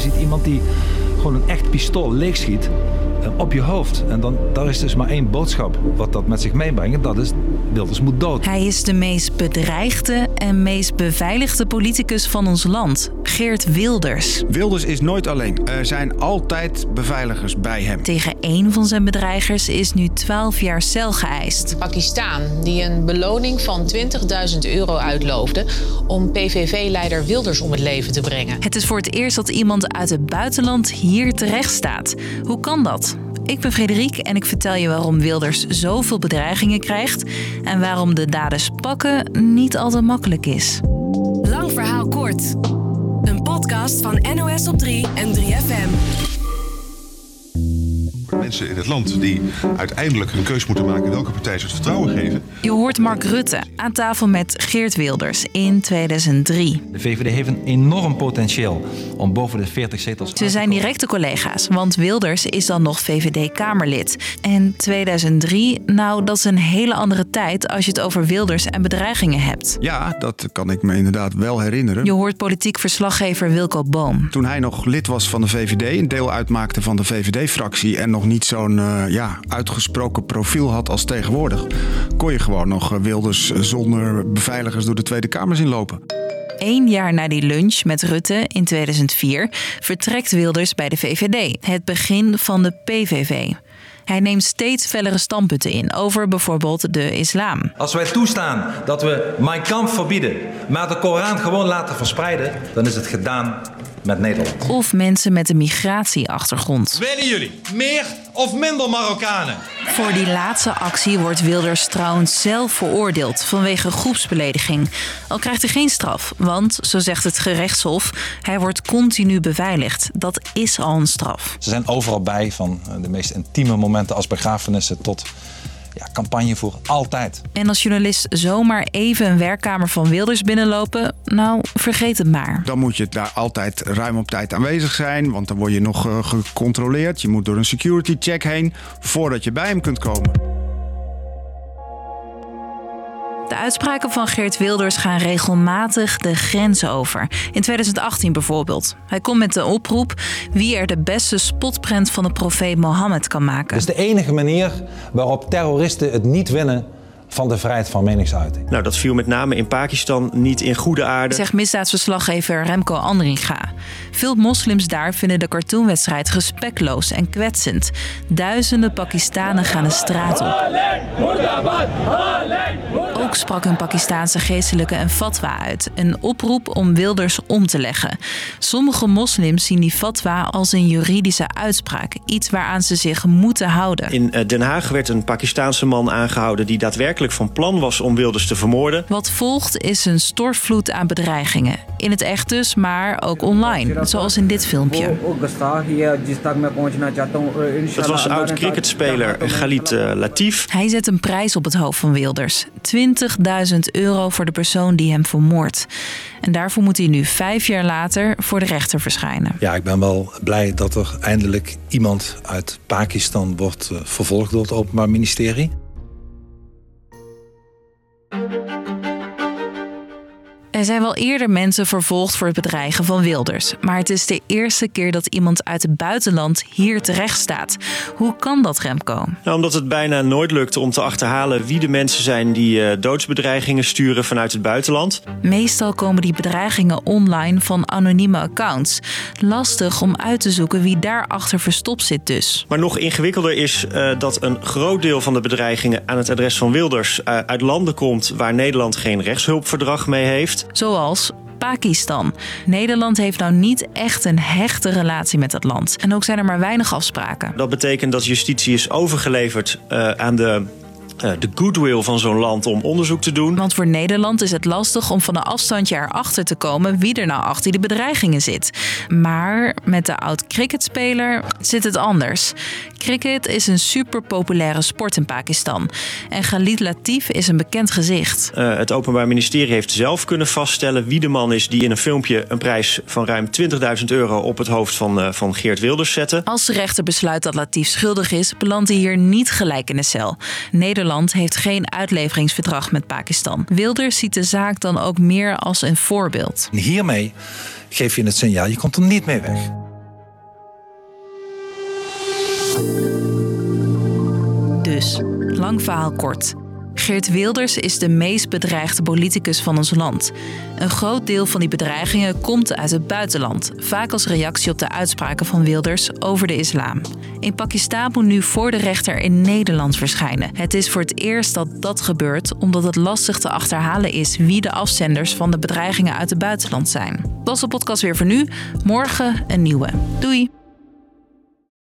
ziet iemand die gewoon een echt pistool leegschiet op je hoofd. En daar is dus maar één boodschap wat dat met zich meebrengt. Dat is, Wilders moet dood. Hij is de meest bedreigde en meest beveiligde politicus van ons land. Geert Wilders. Wilders is nooit alleen. Er zijn altijd beveiligers bij hem. Tegen één van zijn bedreigers is nu 12 jaar cel geëist. Pakistan, die een beloning van €20.000 uitloofde om PVV-leider Wilders om het leven te brengen. Het is voor het eerst dat iemand uit het buitenland hier terecht staat. Hoe kan dat? Ik ben Frederik en ik vertel je waarom Wilders zoveel bedreigingen krijgt en waarom de daders pakken niet altijd makkelijk is. Lang verhaal kort. Een podcast van NOS op 3 en 3FM. Mensen in het land die uiteindelijk een keus moeten maken welke partij ze het vertrouwen geven. Je hoort Mark Rutte aan tafel met Geert Wilders in 2003. De VVD heeft een enorm potentieel om boven de 40 zetels Ze zijn directe collega's, want Wilders is dan nog VVD-Kamerlid. En 2003, nou, dat is een hele andere tijd als je het over Wilders en bedreigingen hebt. Ja, dat kan ik me inderdaad wel herinneren. Je hoort politiek verslaggever Wilco Boom. Toen hij nog lid was van de VVD, een deel uitmaakte van de VVD-fractie en nog niet zo'n uitgesproken profiel had als tegenwoordig, kon je gewoon nog Wilders zonder beveiligers door de Tweede Kamer zien lopen. 1 jaar na die lunch met Rutte in 2004 vertrekt Wilders bij de VVD. Het begin van de PVV. Hij neemt steeds fellere standpunten in over bijvoorbeeld de islam. Als wij toestaan dat we Mein Kampf verbieden, maar de Koran gewoon laten verspreiden, dan is het gedaan met Nederland. Of mensen met een migratieachtergrond. Willen jullie meer of minder Marokkanen? Voor die laatste actie wordt Wilders trouwens zelf veroordeeld vanwege groepsbelediging. Al krijgt hij geen straf, want, zo zegt het gerechtshof, hij wordt continu beveiligd. Dat is al een straf. Ze zijn overal bij, van de meest intieme momenten als begrafenissen tot campagne voor altijd. En als journalist zomaar even een werkkamer van Wilders binnenlopen, nou, vergeet het maar. Dan moet je daar altijd ruim op tijd aanwezig zijn, want dan word je nog gecontroleerd. Je moet door een security check heen voordat je bij hem kunt komen. De uitspraken van Geert Wilders gaan regelmatig de grens over. In 2018 bijvoorbeeld. Hij komt met de oproep wie er de beste spotprent van de profeet Mohammed kan maken. Het is de enige manier waarop terroristen het niet winnen van de vrijheid van meningsuiting. Nou, dat viel met name in Pakistan niet in goede aarde. Zegt misdaadsverslaggever Remco Andringa. Veel moslims daar vinden de cartoonwedstrijd respectloos en kwetsend. Duizenden Pakistanen gaan de straat op. Ook sprak een Pakistaanse geestelijke een fatwa uit. Een oproep om Wilders om te leggen. Sommige moslims zien die fatwa als een juridische uitspraak. Iets waaraan ze zich moeten houden. In Den Haag werd een Pakistaanse man aangehouden die daadwerkelijk van plan was om Wilders te vermoorden. Wat volgt is een stortvloed aan bedreigingen. In het echt dus, maar ook online. Zoals in dit filmpje. Dat was oud-cricketspeler Khalid Latif. Hij zet een prijs op het hoofd van Wilders. €20.000 voor de persoon die hem vermoordt. En daarvoor moet hij nu 5 jaar later voor de rechter verschijnen. Ja, ik ben wel blij dat er eindelijk iemand uit Pakistan wordt vervolgd door het Openbaar Ministerie. Er zijn wel eerder mensen vervolgd voor het bedreigen van Wilders. Maar het is de eerste keer dat iemand uit het buitenland hier terecht staat. Hoe kan dat, Remco? Nou, omdat het bijna nooit lukt om te achterhalen wie de mensen zijn die doodsbedreigingen sturen vanuit het buitenland. Meestal komen die bedreigingen online van anonieme accounts. Lastig om uit te zoeken wie daarachter verstopt zit dus. Maar nog ingewikkelder is dat een groot deel van de bedreigingen aan het adres van Wilders uit landen komt waar Nederland geen rechtshulpverdrag mee heeft. Zoals Pakistan. Nederland heeft nou niet echt een hechte relatie met dat land. En ook zijn er maar weinig afspraken. Dat betekent dat justitie is overgeleverd aan de goodwill van zo'n land om onderzoek te doen. Want voor Nederland is het lastig om van een afstandje erachter te komen wie er nou achter die bedreigingen zit. Maar met de oud-cricketspeler zit het anders. Cricket is een superpopulaire sport in Pakistan. En Khalid Latif is een bekend gezicht. Het Openbaar Ministerie heeft zelf kunnen vaststellen wie de man is die in een filmpje een prijs van ruim €20.000 op het hoofd van Geert Wilders zette. Als de rechter besluit dat Latif schuldig is, belandt hij hier niet gelijk in de cel. Nederland heeft geen uitleveringsverdrag met Pakistan. Wilders ziet de zaak dan ook meer als een voorbeeld. En hiermee geef je het signaal, je komt er niet mee weg. Dus, lang verhaal kort. Geert Wilders is de meest bedreigde politicus van ons land. Een groot deel van die bedreigingen komt uit het buitenland, vaak als reactie op de uitspraken van Wilders over de islam. In Pakistan moet nu voor de rechter in Nederland verschijnen. Het is voor het eerst dat dat gebeurt, omdat het lastig te achterhalen is wie de afzenders van de bedreigingen uit het buitenland zijn. Dat was de podcast weer voor nu. Morgen een nieuwe. Doei!